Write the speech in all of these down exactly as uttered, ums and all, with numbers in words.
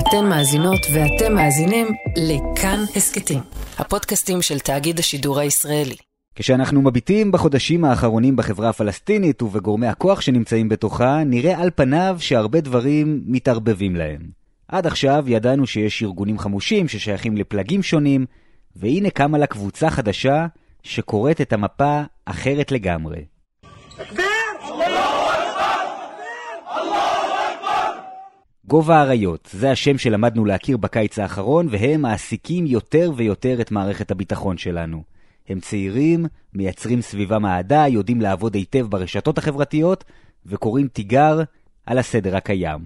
אתן מאזינות ואתם מאזינים לכאן הסקטים, הפודקאסטים של תאגיד השידור הישראלי. כשאנחנו מביטים בחודשים האחרונים בחברה הפלסטינית ובגורמי הכוח שנמצאים בתוכה, נראה על פניו שהרבה דברים מתערבבים להם. עד עכשיו ידענו שיש ארגונים חמושים ששייכים לפלגים שונים, והנה קמה לה קבוצה חדשה שקוראת את המפה אחרת לגמרי. גובה האריות, זה השם שלמדנו להכיר בקיץ האחרון, והם מעסיקים יותר ויותר את מערכת הביטחון שלנו. הם צעירים, מייצרים סביבם העדה, יודעים לעבוד היטב ברשתות החברתיות, וקוראים תיגר על הסדר הקיים.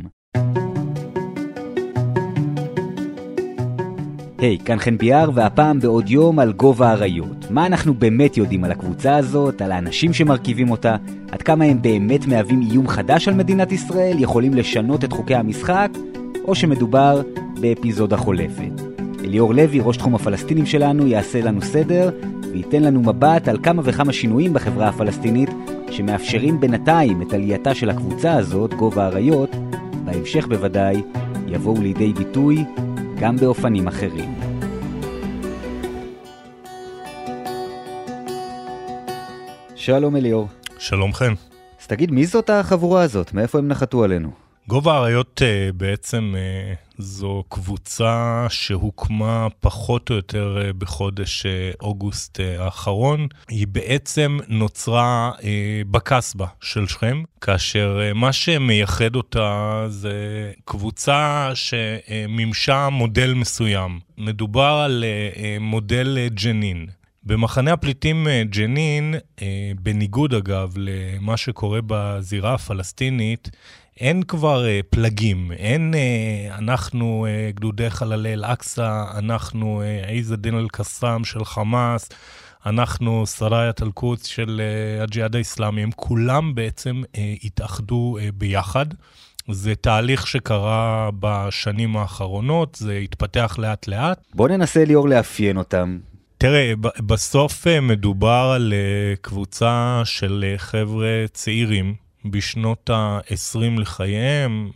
היי, hey, כאן חן ביאר, והפעם בעוד יום על גובה האריות. מה אנחנו באמת יודעים על הקבוצה הזאת, על האנשים שמרכיבים אותה, עד כמה הם באמת מהווים איום חדש על מדינת ישראל, יכולים לשנות את חוקי המשחק, או שמדובר באפיזודה חולפת. אליאור לוי, ראש תחום הפלסטינים שלנו, יעשה לנו סדר, וייתן לנו מבט על כמה וכמה שינויים בחברה הפלסטינית, שמאפשרים בינתיים את עלייתה של הקבוצה הזאת, גובה האריות, בהמשך בוודאי יבואו לידי ביטוי גם באופנים אחרים. שלום אליאור. שלום חן. אז תגיד, מי זאת החבורה הזאת? מאיפה הם נחתו עלינו? גובה האריות בעצם זו קבוצה שהוקמה פחות או יותר בחודש אוגוסט האחרון. היא בעצם נוצרה בקסבה של שכם, כאשר מה שמייחד אותה זה קבוצה שממשה מודל מסוים. מדובר על מודל ג'נין. במחנה הפליטים ג'נין, בניגוד אגב למה שקורה בזירה הפלסטינית, אין כבר פלגים, אין אנחנו גדודי חללי אל-אקסא, אנחנו עיז א-דין אל-קסאם של חמאס, אנחנו סראיית אל-קודס של הג'יהאד האסלאמי, הם כולם בעצם התאחדו ביחד. זה תהליך שקרה בשנים האחרונות, זה התפתח לאט לאט. בוא ננסה ליאור לאפיין אותם. תראה, בסוף מדובר על קבוצה של חבר'ה צעירים, בשנות ה-עשרים לחייהם,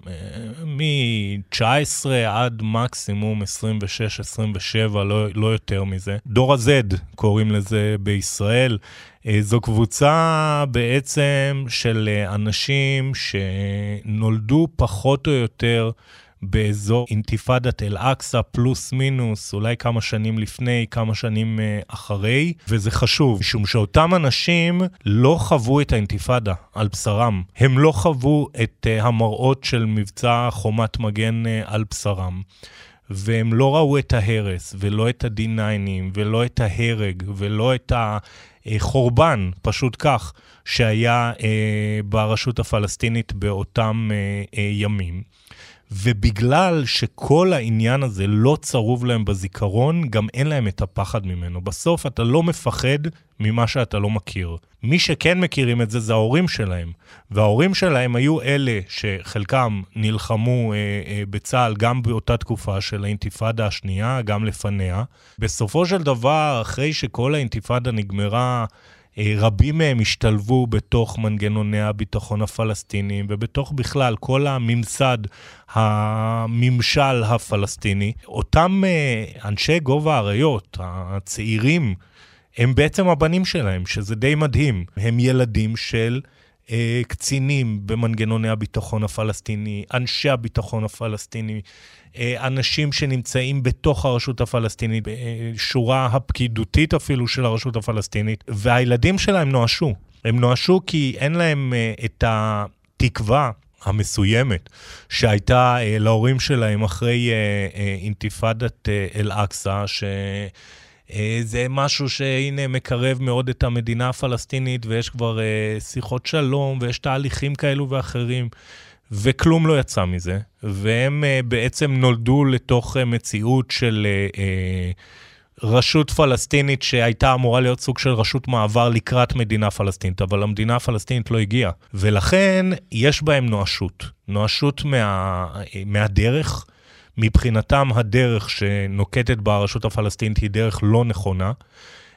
מ-תשע עשרה עד מקסימום עשרים ושש עשרים ושבע, לא, לא יותר מזה. דור ה-Z קוראים לזה בישראל. זו קבוצה בעצם של אנשים שנולדו פחות או יותר באזור אינתיפאדת אל-אקסא, פלוס מינוס, אולי כמה שנים לפני, כמה שנים אחרי, וזה חשוב, משום שאותם אנשים לא חוו את האינתיפאדה על בשרם. הם לא חוו את המראות של מבצע חומת מגן על בשרם. והם לא ראו את ההרס, ולא את ה-די ניין, ולא את ההרג, ולא את החורבן, פשוט כך, שהיה ברשות הפלסטינית באותם ימים. ובגלל שכל העניין הזה לא צרוב להם בזיכרון, גם אין להם את הפחד ממנו. בסוף אתה לא מפחד ממה שאתה לא מכיר. מי שכן מכירים את זה זה ההורים שלהם. וההורים שלהם היו אלה שחלקם נלחמו אה, אה, בצה"ל גם באותה תקופה של האינתיפאדה השנייה, גם לפניה. בסופו של דבר, אחרי שכל האינתיפאדה נגמרה, רבים מהם השתלבו בתוך מנגנוני הביטחון הפלסטיניים, ובתוך בכלל כל הממסד, הממשל הפלסטיני. אותם אנשי גובה האריות, הצעירים, הם בעצם הבנים שלהם, שזה די מדהים. הם ילדים של קצינים במנגנוני הביטחון הפלסטיני, אנשי הביטחון הפלסטיני, אנשים שנמצאים בתוך הרשות הפלסטינית, שורה הפקידותית אפילו של הרשות הפלסטינית, והילדים שלהם נואשו. הם נואשו כי אין להם את התקווה המסוימת שהייתה להורים שלהם אחרי אינתיפאדת אל-אקסא, ש... זה משהו שהנה מקרב מאוד את המדינה הפלסטינית, ויש כבר שיחות שלום, ויש תהליכים כאלו ואחרים, וכלום לא יצא מזה, והם בעצם נולדו לתוך מציאות של רשות פלסטינית שהייתה אמורה להיות סוג של רשות מעבר לקראת מדינה פלסטינית, אבל המדינה הפלסטינית לא הגיעה, ולכן יש בהם נואשות, נואשות מה, מהדרך, מבחינתם הדרך שנוקטת ברשות הפלסטינית היא דרך לא נכונה,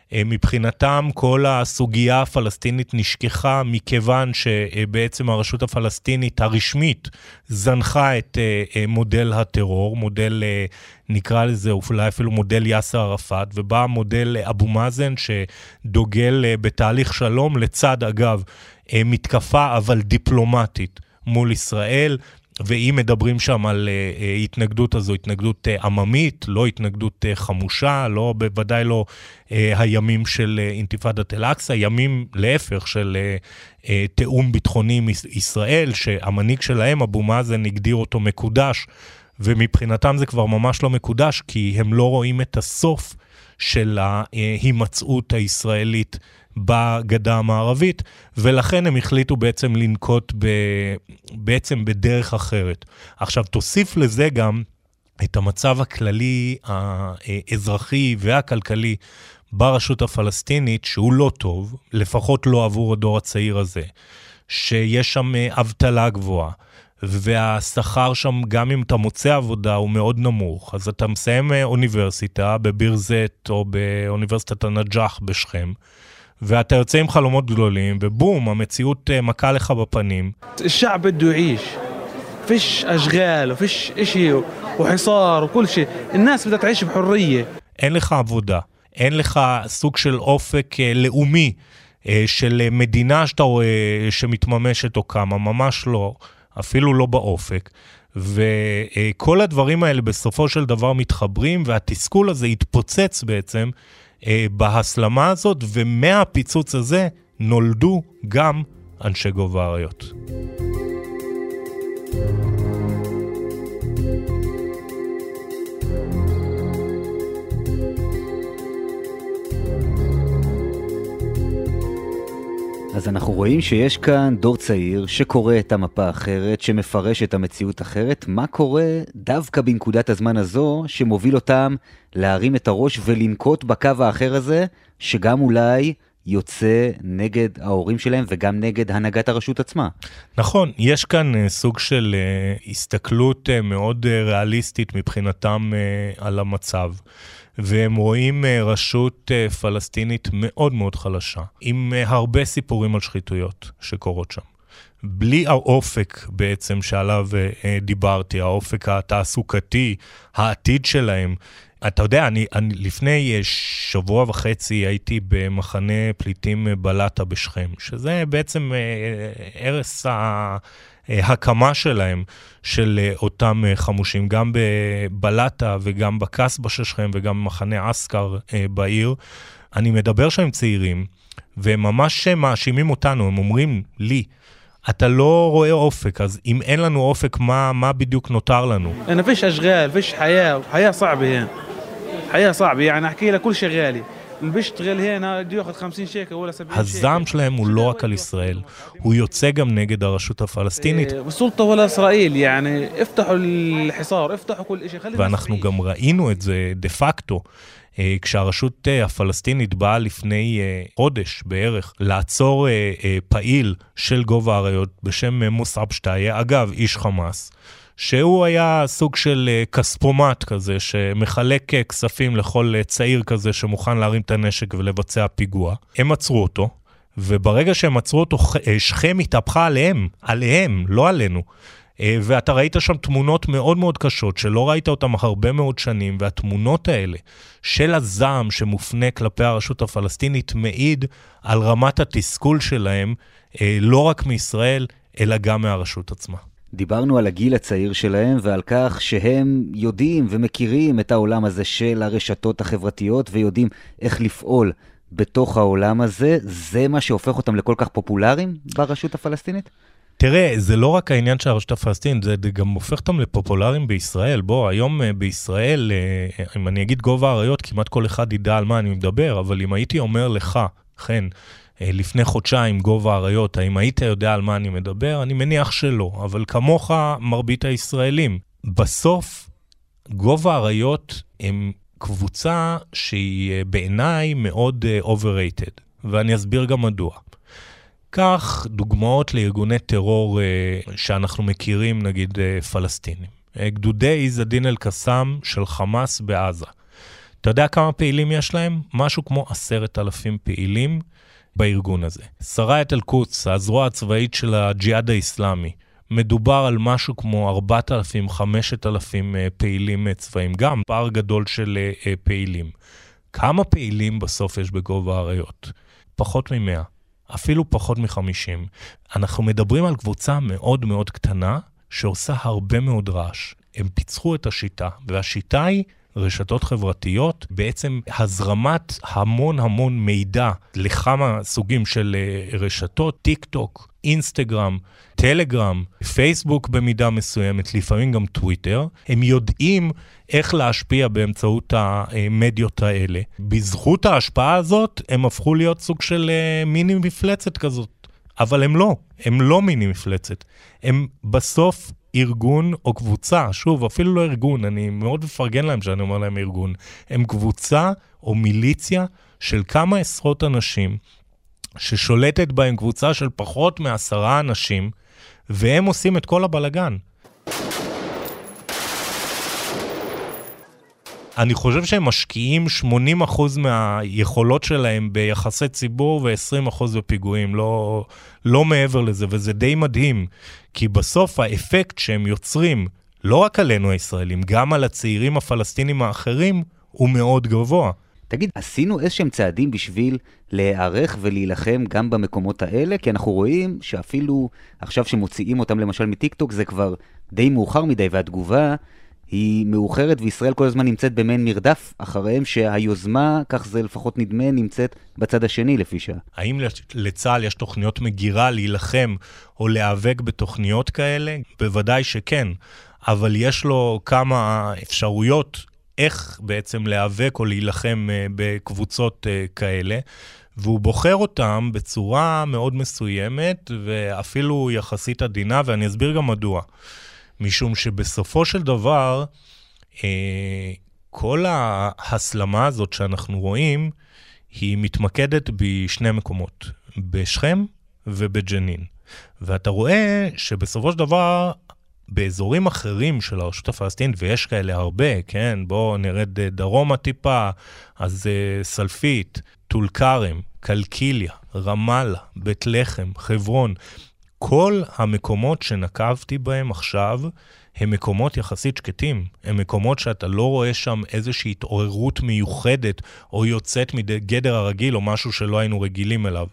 מבחינתם כל הסוגיה הפלסטינית נשכחה מכיוון שבעצם הרשות הפלסטינית הרשמית זנחה את מודל הטרור, מודל נקרא לזה אולי אפילו מודל יאסר ערפאת, ובא מודל אבו מאזן שדוגל בתהליך שלום לצד אגב מתקפה אבל דיפלומטית מול ישראל, ואם מדברים שם על uh, התנגדות הזו, התנגדות uh, עממית, לא התנגדות uh, חמושה, לא, בוודאי לא uh, הימים של uh, אינתיפאדת אל-אקצא, ימים להפך של uh, uh, תאום ביטחוני עם ישראל, שהמנהיג שלהם, אבו מאזן, הגדיר אותו מקודש, ומבחינתם זה כבר ממש לא מקודש, כי הם לא רואים את הסוף של ההימצאות הישראלית בגדה המערבית, ולכן הם החליטו בעצם לנקוט ב, בעצם בדרך אחרת. עכשיו, תוסיף לזה גם את המצב הכללי, האזרחי והכלכלי ברשות הפלסטינית, שהוא לא טוב, לפחות לא עבור הדור הצעיר הזה, שיש שם אבטלה גבוהה, והשכר שם, גם אם אתה מוצא עבודה, הוא מאוד נמוך. אז אתה מסיים אוניברסיטה בביר זית או באוניברסיטת הנג'ח בשכם, ואתה יוצא עם חלומות גדולים, ובום, המציאות מכה לך בפנים. الشعب بده يعيش فيش أشغال وفيش إشي وحصار وكل شيء. الناس بدها تعيش بحرية. אין לך עבודה, אין לך סוג של אופק לאומי, של מדינה שאתה רואה שמתממשת או כמה, ממש לא, אפילו לא באופק. וכל הדברים האלה בסופו של דבר מתחברים, והתסכול הזה התפוצץ בעצם בהסלמה הזאת, ומהפיצוץ הזה נולדו גם אנשי גוב האריות. אז אנחנו רואים שיש כאן דור צעיר שקורא את המפה אחרת, שמפרש את המציאות אחרת. מה קורה דווקא בנקודת הזמן הזו שמוביל אותם להרים את הראש ולנקוט בקו האחר הזה, שגם אולי יוצא נגד ההורים שלהם וגם נגד הנהגת הרשות עצמה? נכון, יש כאן סוג של הסתכלות מאוד ריאליסטית מבחינתם על המצב. והם רואים רשות פלסטינית מאוד מאוד חלשה, עם הרבה סיפורים על שחיתויות שקורות שם. בלי האופק בעצם שעליו דיברתי, האופק התעסוקתי, העתיד שלהם. אתה יודע, אני, אני לפני שבוע וחצי הייתי במחנה פליטים בלטה בשכם, שזה בעצם ערש ה... הקמה שלהם, של אותם חמושים, גם בבלטה וגם בקסבה של שכם וגם במחנה אסקר בעיר. אני מדבר שם עם צעירים, והם ממש מאשימים אותנו, הם אומרים לי, אתה לא רואה אופק, אז אם אין לנו אופק, מה, מה בדיוק נותר לנו? أنا فيش أشغال فيش حياة حياة صعبة هنا حياة صعبة يعني أحكي لك كل شيء غالي بيشتغل هنا بده ياخذ خمسين شيكل ولا سبعين شيكل. הזעם שלהם הוא לא רק על ישראל, הוא יוצא גם נגד הרשות הפלסטינית. والسلطة ولا إسرائيل يعني افتحوا الحصار افتحوا كل شيء خلينا. ואנחנו גם ראינו את זה דה פקטו, כשהרשות הפלסטינית באה לפני חודש בערך לעצור פעיל של גוב האריות בשם מוסעב שטאיה, אגב איש חמאס, שהוא היה סוג של כספומט כזה, שמחלק כספים לכל צעיר כזה שמוכן להרים את הנשק ולבצע פיגוע. הם עצרו אותו, וברגע שהם עצרו אותו, שכם התהפכה עליהם, עליהם, לא עלינו. ואתה ראית שם תמונות מאוד מאוד קשות, שלא ראית אותם הרבה מאוד שנים, והתמונות האלה של הזעם שמופנה כלפי הרשות הפלסטינית, מעיד על רמת התסכול שלהם, לא רק מישראל, אלא גם מהרשות עצמה. דיברנו על הגיל הצעיר שלהם ועל כך שהם יודעים ומכירים את העולם הזה של הרשתות החברתיות ויודעים איך לפעול בתוך העולם הזה. זה מה שהופך אותם לכל כך פופולריים ברשות הפלסטינית? תראה, זה לא רק העניין של הרשות הפלסטינית, זה גם הופך אותם לפופולריים בישראל. בוא, היום בישראל, אם אני אגיד גוב האריות, כמעט כל אחד ידע על מה אני מדבר, אבל אם הייתי אומר לך, כן, לפני חודשיים גוב האריות, האם היית יודע על מה אני מדבר? אני מניח שלא, אבל כמוך מרבית הישראלים. בסוף, גוב האריות הם קבוצה שהיא בעיניי מאוד overrated, ואני אסביר גם מדוע. כך דוגמאות לארגוני טרור שאנחנו מכירים, נגיד פלסטינים. גדודי עז א-דין אל-קסאם של חמאס בעזה. אתה יודע כמה פעילים יש להם? משהו כמו עשרת אלפים פעילים בארגון הזה. סראיית אל-קודס, הזרוע הצבאית של הג'יהאד האסלאמי, מדובר על משהו כמו ארבעת אלפים, חמשת אלפים פעילים צבאיים, גם פער גדול של פעילים. כמה פעילים בסוף יש בגובה האריות? פחות ממאה, אפילו פחות מחמישים. אנחנו מדברים על קבוצה מאוד מאוד קטנה, שעושה הרבה מאוד רעש. הם פיצחו את השיטה, והשיטה היא רשתות חברתיות, בעצם הזרמת המון המון מידע לכמה סוגים של רשתות, טיק טוק, אינסטגרם, טלגרם, פייסבוק במידה מסוימת, לפעמים גם טוויטר. הם יודעים איך להשפיע באמצעות המדיות האלה. בזכות ההשפעה הזאת, הם הפכו להיות סוג של מיני מפלצת כזאת. אבל הם לא, הם לא מיני מפלצת. הם בסוף ארגון או קבוצה, שוב, אפילו לא ארגון, אני מאוד מפרגן להם שאני אומר להם ארגון. הם קבוצה או מיליציה של כמה עשרות אנשים, ששולטת בהם קבוצה של פחות מעשרה אנשים, והם עושים את כל הבלגן. אני חושב שהם משקיעים שמונים אחוז מהיכולות שלהם ביחסי ציבור ו-עשרים אחוז בפיגועים, לא, לא מעבר לזה, וזה די מדהים, כי בסוף האפקט שהם יוצרים, לא רק עלינו הישראלים, גם על הצעירים הפלסטינים האחרים, הוא מאוד גבוה. תגיד, עשינו איזשהם צעדים בשביל להיערך ולהילחם גם במקומות האלה? כי אנחנו רואים שאפילו עכשיו שמוציאים אותם למשל מטיק-טוק, זה כבר די מאוחר מדי, והתגובה היא מאוחרת, וישראל כל הזמן נמצאת במין מרדף אחריהם, שהיוזמה, כך זה לפחות נדמה, נמצאת בצד השני לפי שעה. האם לצה"ל יש תוכניות מגירה להילחם או להיאבק בתוכניות כאלה? בוודאי שכן, אבל יש לו כמה אפשרויות איך בעצם להיאבק או להילחם בקבוצות כאלה, והוא בוחר אותם בצורה מאוד מסוימת, ואפילו יחסית עדינה, ואני אסביר גם מדוע. משום שבסופו של דבר, כל ההסלמה הזאת שאנחנו רואים, היא מתמקדת בשני מקומות, בשכם ובג'נין. ואתה רואה שבסופו של דבר, באזורים אחרים של הרשות הפלסטינית, ויש כאלה הרבה, כן, בואו נרד דרומה טיפה, אז סלפית, טול כרם, קלקיליה, רמאללה, בית לחם, חברון, כל המקומות שנקבתי בהם עכשיו, הם מקומות יחסית שקטים, הם מקומות שאתה לא רואה שם איזושהי התעוררות מיוחדת, או יוצאת מגדר הרגיל, או משהו שלא היינו רגילים אליו.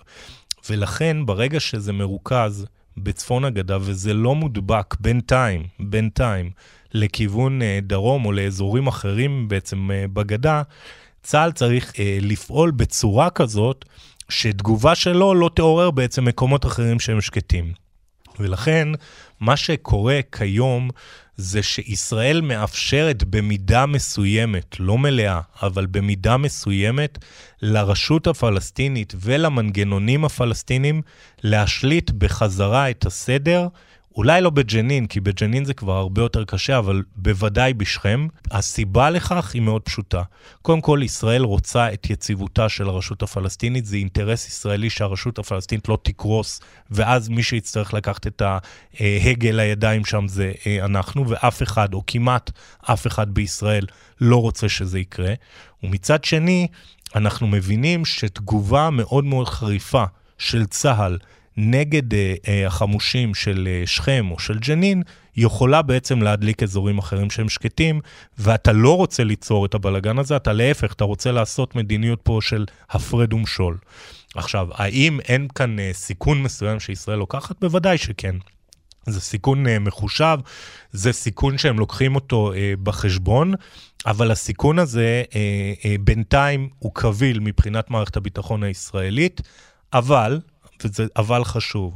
ולכן, ברגע שזה מרוכז, בצפון הגדה, וזה לא מודבק בינתיים, בינתיים, לכיוון דרום או לאזורים אחרים בעצם בגדה, צה"ל צריך אה, לפעול בצורה כזאת, שתגובה שלו לא תעורר בעצם מקומות אחרים שהם שקטים. ולכן, מה שקורה כיום, זה שישראל מאפשרת במידה מסוימת, לא מלאה, אבל במידה מסוימת, לרשות הפלסטינית ולמנגנונים הפלסטינים, להשליט בחזרה את הסדר, אולי לא בג'נין, כי בג'נין זה כבר הרבה יותר קשה, אבל בוודאי בשכם. הסיבה לכך היא מאוד פשוטה. קודם כל, ישראל רוצה את יציבותה של הרשות הפלסטינית, זה אינטרס ישראלי שהרשות הפלסטינית לא תקרוס, ואז מי שיצטרך לקחת את ההגה לידיים שם זה אנחנו, ואף אחד, או כמעט אף אחד בישראל, לא רוצה שזה יקרה. ומצד שני, אנחנו מבינים שתגובה מאוד מאוד חריפה של צה"ל, נגד אה, החמושים של אה, שכם או של ג'נין, יכולה בעצם להדליק אזורים אחרים שהם שקטים, ואתה לא רוצה ליצור את הבלגן הזה, אתה להפך, אתה רוצה לעשות מדיניות פה של הפרד ומשול. עכשיו, האם אין כאן אה, סיכון מסוים שישראל לוקחת? בוודאי שכן. זה סיכון אה, מחושב, זה סיכון שהם לוקחים אותו אה, בחשבון, אבל הסיכון הזה אה, אה, בינתיים הוא קביל מבחינת מערכת הביטחון הישראלית, אבל וזה אבל חשוב,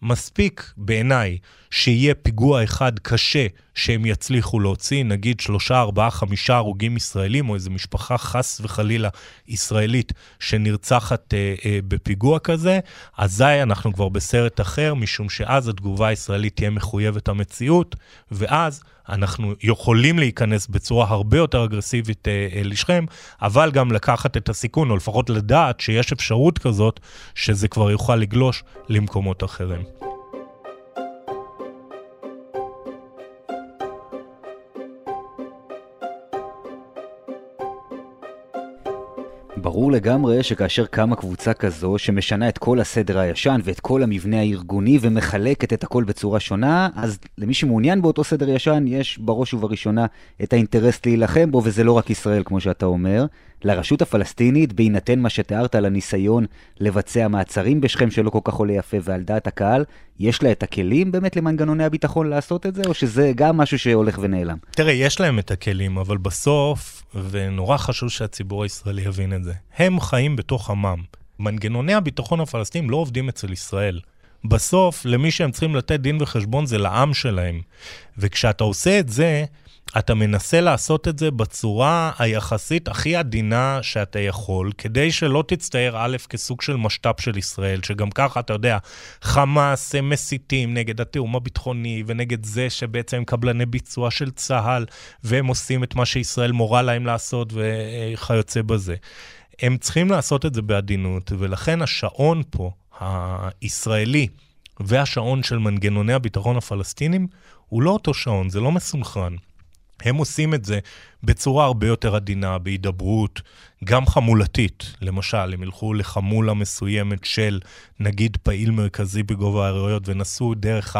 מספיק בעיניי שיהיה פיגוע אחד קשה שהם יצליחו להוציא, נגיד שלושה, ארבעה, חמישה הרוגים ישראלים, או איזו משפחה חס וחלילה ישראלית שנרצחת אה, אה, בפיגוע כזה, אזי אנחנו כבר בסרט אחר, משום שאז התגובה הישראלית תהיה מחויבת המציאות, ואז אנחנו יכולים להיכנס בצורה הרבה יותר אגרסיבית אה, אה, לשכם, אבל גם לקחת את הסיכון, או לפחות לדעת שיש אפשרות כזאת, שזה כבר יוכל לגלוש למקומות אחרים. ברור לגמרי שכאשר קמה קבוצה כזו שמשנה את כל הסדר הישן ואת כל המבנה הארגוני ומחלקת את הכל בצורה שונה, אז למי שמעוניין באותו סדר ישן יש בראש ובראשונה את האינטרס להילחם בו, וזה לא רק ישראל כמו שאתה אומר. לרשות הפלסטינית, בהינתן מה שתיארת על הניסיון לבצע מעצרים בשכם שלא כל כך עולה יפה ועל דעת הקהל, יש לה את הכלים באמת למנגנוני הביטחון לעשות את זה, או שזה גם משהו שהולך ונעלם? תראה, יש להם את הכלים, אבל בסוף, ונורא חשוב שהציבור הישראלי יבין את זה, הם חיים בתוך עמם. מנגנוני הביטחון הפלסטינים לא עובדים אצל ישראל. בסוף, למי שהם צריכים לתת דין וחשבון זה לעם שלהם. וכשאתה עושה את זה, אתה מנסה לעשות את זה בצורה היחסית הכי עדינה שאתה יכול, כדי שלא תצטייר א' כסוג של משטב של ישראל, שגם ככה, אתה יודע, חמאס הם מסיתים נגד התאום הביטחוני, ונגד זה שבעצם הם קבלני ביצוע של צהל, והם עושים את מה שישראל מורה להם לעשות, וכיוצא בזה. הם צריכים לעשות את זה בעדינות, ולכן השעון פה, הישראלי, והשעון של מנגנוני הביטחון הפלסטינים, הוא לא אותו שעון, זה לא מסונכרן. הם עושים את זה בצורה הרבה יותר עדינה, בהידברות, גם חמולתית. למשל, הם ילכו לחמולה מסוימת של, נגיד, פעיל מרכזי בגובה האריות, ונסו דרך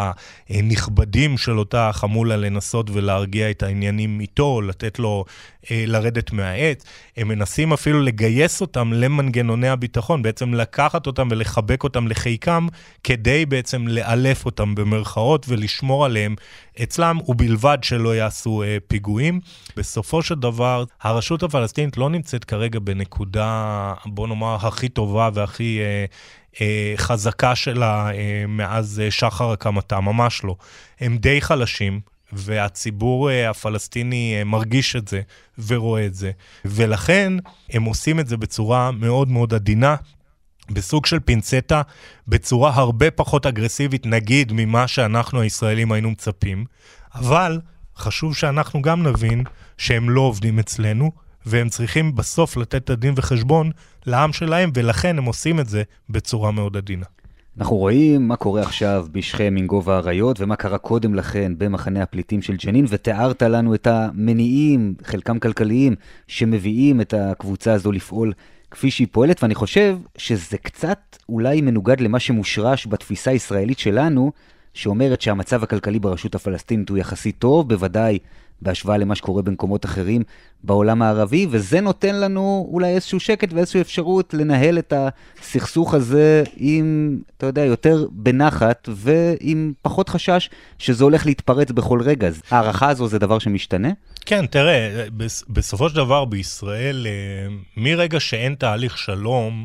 הנכבדים של אותה חמולה לנסות ולהרגיע את העניינים איתו, לתת לו אה, לרדת מהעץ. הם מנסים אפילו לגייס אותם למנגנוני הביטחון, בעצם לקחת אותם ולחבק אותם לחיקם, כדי בעצם לאלף אותם במרכאות ולשמור עליהם אצלם, ובלבד שלא יעשו אה, פיגועים. בסופו של דבר, הרשות הפלסטינית לא נמצאת כרגע בנקודה, בוא נאמר, הכי טובה והכי אה, אה, חזקה שלה אה, מאז אה, שחר הקמתה, ממש לא. הם די חלשים, והציבור אה, הפלסטיני אה, מרגיש את זה ורואה את זה, ולכן הם עושים את זה בצורה מאוד מאוד עדינה, בסוג של פינצטה, בצורה הרבה פחות אגרסיבית, נגיד, ממה שאנחנו הישראלים היינו מצפים, אבל חשוב שאנחנו גם נבין שהם לא עובדים אצלנו, והם צריכים בסוף לתת את הדין וחשבון לעם שלהם, ולכן הם עושים את זה בצורה מאוד עדינה. אנחנו רואים מה קורה עכשיו בשכם עם גובה האריות, ומה קרה קודם לכן במחנה הפליטים של ג'נין, ותיארת לנו את המניעים, חלקם כלכליים, שמביאים את הקבוצה הזו לפעול כפי שהיא פועלת, ואני חושב שזה קצת אולי מנוגד למה שמושרש בתפיסה הישראלית שלנו, שאומרת שהמצב הכלכלי ברשות הפלסטינית הוא יחסית טוב, בוודאי בהשוואה למה שקורה במקומות אחרים בעולם הערבי, וזה נותן לנו אולי איזשהו שקט ואיזושהי אפשרות לנהל את הסכסוך הזה עם, אתה יודע, יותר בנחת, ועם פחות חשש שזה הולך להתפרץ בכל רגע. הערכה הזו זה דבר שמשתנה? כן, תראה, בסופו של דבר בישראל, מרגע שאין תהליך שלום,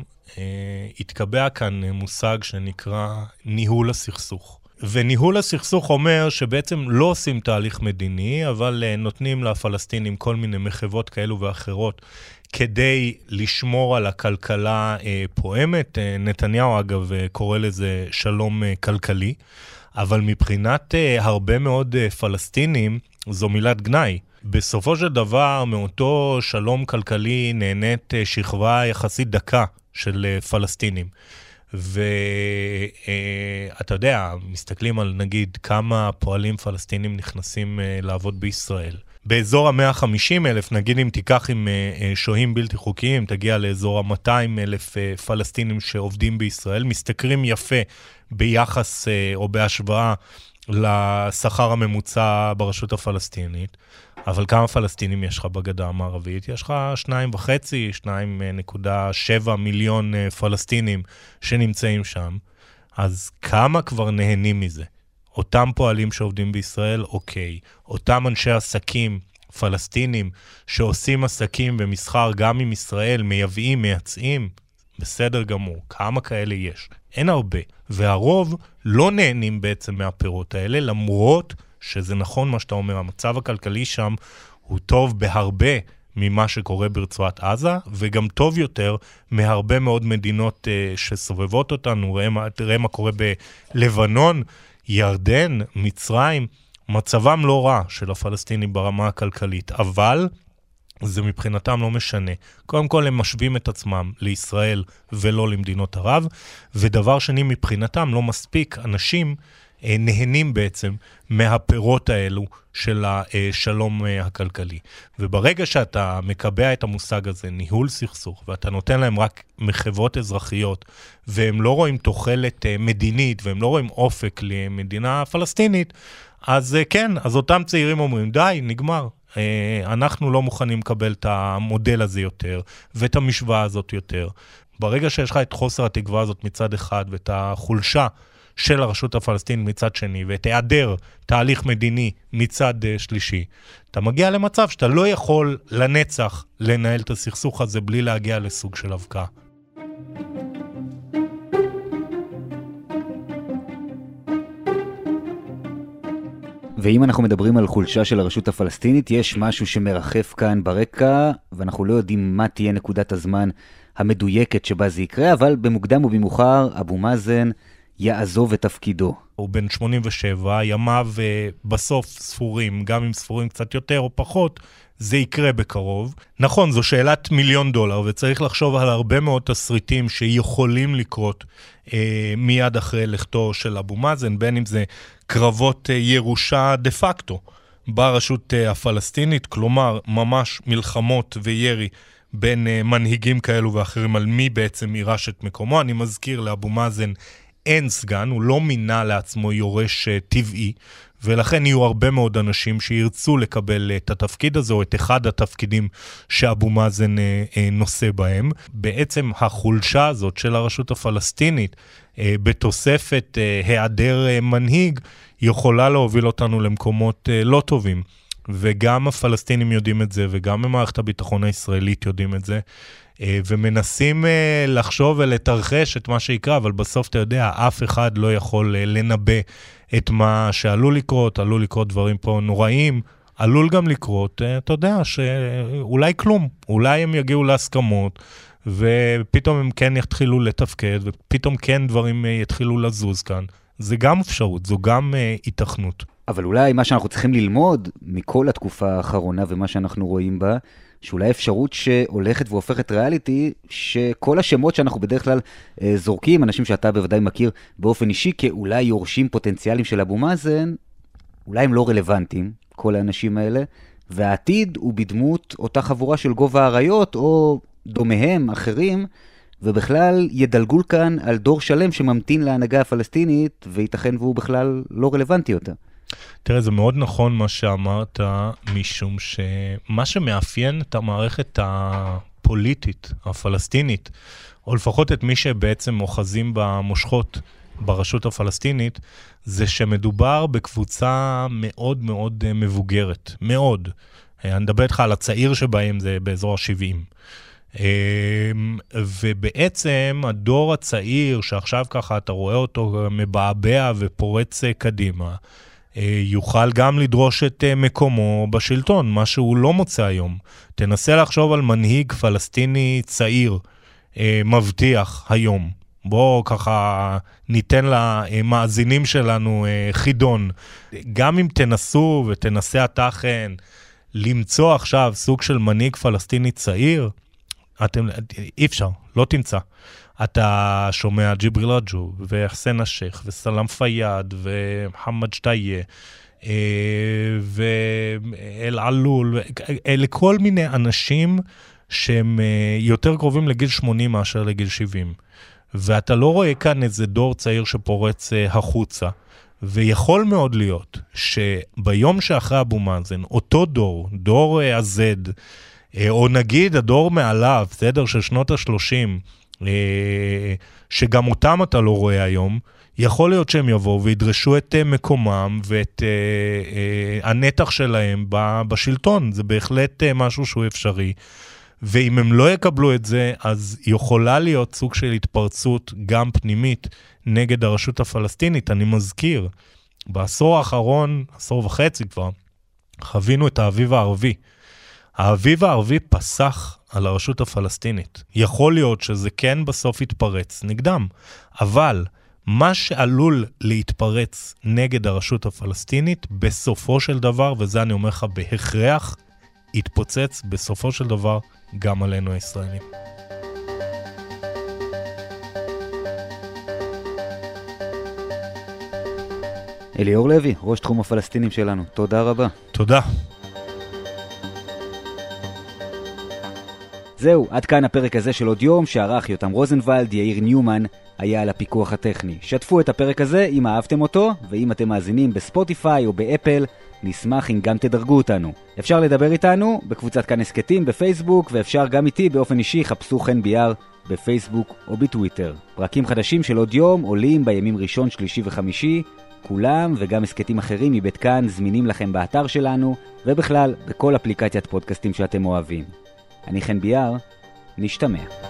התקבע כאן מושג שנקרא ניהול הסכסוך. וניהול הסכסוך אומר שבעצם לא עושים תהליך מדיני, אבל נותנים לפלסטינים כל מיני מחוות כאלו ואחרות, כדי לשמור על הכלכלה פועמת. נתניהו אגב קורא לזה שלום כלכלי, אבל מבחינת הרבה מאוד פלסטינים זו מילת גנאי. בסופו של דבר מאותו שלום כלכלי נהנית שכבה יחסית דקה של פלסטינים. ואתה יודע, מסתכלים על נגיד כמה פועלים פלסטינים נכנסים לעבוד בישראל. באזור ה-מאה וחמישים אלף, נגיד אם תיקח עם שוהים בלתי חוקיים, תגיע לאזור ה-מאתיים אלף פלסטינים שעובדים בישראל, מסתכרים יפה ביחס או בהשוואה לשכר הממוצע ברשות הפלסטינית. אבל כמה פלסטינים יש לך בגדה המערבית? יש לך שניים וחצי, שניים נקודה שבע מיליון פלסטינים שנמצאים שם. אז כמה כבר נהנים מזה? אותם פועלים שעובדים בישראל, אוקיי. אותם אנשי עסקים פלסטינים שעושים עסקים ומסחר גם עם ישראל, מייבאים, מייצאים, בסדר גמור. כמה כאלה יש? אין הרבה. והרוב לא נהנים בעצם מהפירות האלה, למרות שזה נכון מה שאתה אומר, המצב הכלכלי שם הוא טוב בהרבה ממה שקורה ברצועת עזה, וגם טוב יותר מהרבה מאוד מדינות uh, שסובבות אותנו. ראה מה, תראה מה קורה בלבנון, ירדן, מצרים, מצבם לא רע של הפלסטינים ברמה הכלכלית, אבל זה מבחינתם לא משנה. קודם כל הם משווים את עצמם לישראל ולא למדינות ערב, ודבר שני מבחינתם לא מספיק אנשים נהנים בעצם מהפירות האלו של השלום הכלכלי. וברגע שאתה מקבע את המושג הזה, ניהול סכסוך, ואתה נותן להם רק מחברות אזרחיות, והם לא רואים תוחלת מדינית, והם לא רואים אופק למדינה פלסטינית, אז כן, אז אותם צעירים אומרים, די, נגמר. אנחנו לא מוכנים לקבל את המודל הזה יותר, ואת המשוואה הזאת יותר. ברגע שיש לך את חוסר התקווה הזאת מצד אחד, ואת החולשה של הרשות הפלסטינית מצד שני, ואת היעדר תהליך מדיני מצד שלישי, אתה מגיע למצב שאתה לא יכול לנצח לנהל את הסכסוך הזה בלי להגיע לסוג של הבקעה. ואם אנחנו מדברים על חולשה של הרשות הפלסטינית, יש משהו שמרחף כאן ברקע, ואנחנו לא יודעים מה תהיה נקודת הזמן המדויקת שבה זה יקרה, אבל במוקדם ובמאוחר אבו מאזן יעזוב את תפקידו. הוא בן שמונים ושבע, ימיו בסוף ספורים, גם אם ספורים קצת יותר או פחות, זה יקרה בקרוב. נכון, זו שאלת מיליון דולר, וצריך לחשוב על הרבה מאוד תסריטים שיכולים לקרות אה, מיד אחרי לכתו של אבו מאזן, בין אם זה קרבות אה, ירושה דה פקטו ברשות אה, הפלסטינית, כלומר ממש מלחמות וירי בין אה, מנהיגים כאלו ואחרים על מי בעצם יירש את מקומו. אני מזכיר לאבו מאזן אין סגן, הוא לא מינה לעצמו יורש uh, טבעי, ולכן יהיו הרבה מאוד אנשים שירצו לקבל את התפקיד הזה, או את אחד התפקידים שאבו מאזן uh, uh, נושא בהם. בעצם החולשה הזאת של הרשות הפלסטינית, uh, בתוספת uh, היעדר uh, מנהיג, יכולה להוביל אותנו למקומות uh, לא טובים. וגם הפלסטינים יודעים את זה, וגם במערכת הביטחון הישראלית יודעים את זה, ומנסים לחשוב ולתרחש את מה שיקרה, אבל בסוף אתה יודע, אף אחד לא יכול לנבא את מה שעלול לקרות, עלול לקרות דברים פה נוראים, עלול גם לקרות, אתה יודע, שאולי כלום, אולי הם יגיעו להסכמות, ופתאום הם כן יתחילו לתפקד, ופתאום כן דברים יתחילו לזוז כאן. זה גם אפשרות, זו גם היתכנות. אבל אולי מה שאנחנו צריכים ללמוד מכל התקופה האחרונה ומה שאנחנו רואים בה, שאולי אפשרות שהולכת והופכת ריאליטי, שכל השמות שאנחנו בדרך כלל אה, זורקים, אנשים שאתה בוודאי מכיר באופן אישי, כאולי יורשים פוטנציאליים של אבו מאזן, אולי הם לא רלוונטיים, כל האנשים האלה, והעתיד הוא בדמות אותה חבורה של גובה האריות, או דומיהם, אחרים, ובכלל ידלגו כאן על דור שלם שממתין להנהגה הפלסטינית, וייתכן והוא בכלל לא רלוונטי יותר. תראה, זה מאוד נכון מה שאמרת, משום שמה שמאפיין את המערכת הפוליטית, הפלסטינית, או לפחות את מי שבעצם אוחזים במושכות ברשות הפלסטינית, זה שמדובר בקבוצה מאוד מאוד מבוגרת, מאוד. אני מדבר איתך על הצעיר שבהם, זה באזור ה-שבעים. ובעצם הדור הצעיר, שעכשיו ככה אתה רואה אותו מבעבע ופורץ קדימה, יוכל גם לדרוש את מקומו בשלטון, מה שהוא לא מוצא היום. תנסה לחשוב על מנהיג פלסטיני צעיר, מבטיח היום. בוא ככה ניתן למאזינים שלנו חידון. גם אם תנסו ותנסה התכן למצוא עכשיו סוג של מנהיג פלסטיני צעיר, אתם, אי אפשר, לא תמצא. אתה שומע ג'יבריל רג'וב, וחסן השייח, וסלאם פייד, ומחמד שטאיה, ואל עלול, אלה כל מיני אנשים שהם יותר קרובים לגיל שמונים מאשר לגיל שבעים. ואתה לא רואה כאן איזה דור צעיר שפורץ החוצה. ויכול מאוד להיות שביום שאחרי אבו מאזן, אותו דור, דור הזד, או נגיד הדור מעליו, סדר של שנות ה-שלושים, שגם אותם אתה לא רואה היום, יכול להיות שהם יבואו וידרשו את מקומם ואת הנתח שלהם בשלטון. זה בהחלט משהו שהוא אפשרי. ואם הם לא יקבלו את זה, אז יכולה להיות סוג של התפרצות גם פנימית נגד הרשות הפלסטינית. אני מזכיר, בעשור האחרון, עשור וחצי כבר, חווינו את האביב הערבי. האביב הערבי פסח על הרשות הפלסטינית. יכול להיות שזה כן בסוף יתפרץ נגדם, אבל מה שעלול להתפרץ נגד הרשות הפלסטינית, בסופו של דבר, וזה אני אומר לך בהכרח, יתפוצץ בסופו של דבר גם עלינו הישראלים. אליאור לוי, ראש תחום הפלסטינים שלנו. תודה רבה. תודה. זהו, עד כאן הפרק הזה של עוד יום, שערך יותם רוזנבלד, יאיר ניומן היה על הפיקוח הטכני. שתפו את הפרק הזה אם אהבתם אותו, ואם אתם מאזינים בספוטיפיי או באפל, נשמח אם גם תדרגו אותנו. אפשר לדבר איתנו בקבוצת כאן הסקטים בפייסבוק, ואפשר גם איתי באופן אישי, חפשו חן ביאר בפייסבוק או בטוויטר. פרקים חדשים של עוד יום עולים בימים ראשון, שלישי וחמישי, כולם וגם הסקטים אחרים מבית כאן זמינים לכם באתר שלנו, ובכלל בכל אפליקציית פודקאסטים שאתם אוהבים. אני חן ביאר, נשתמע.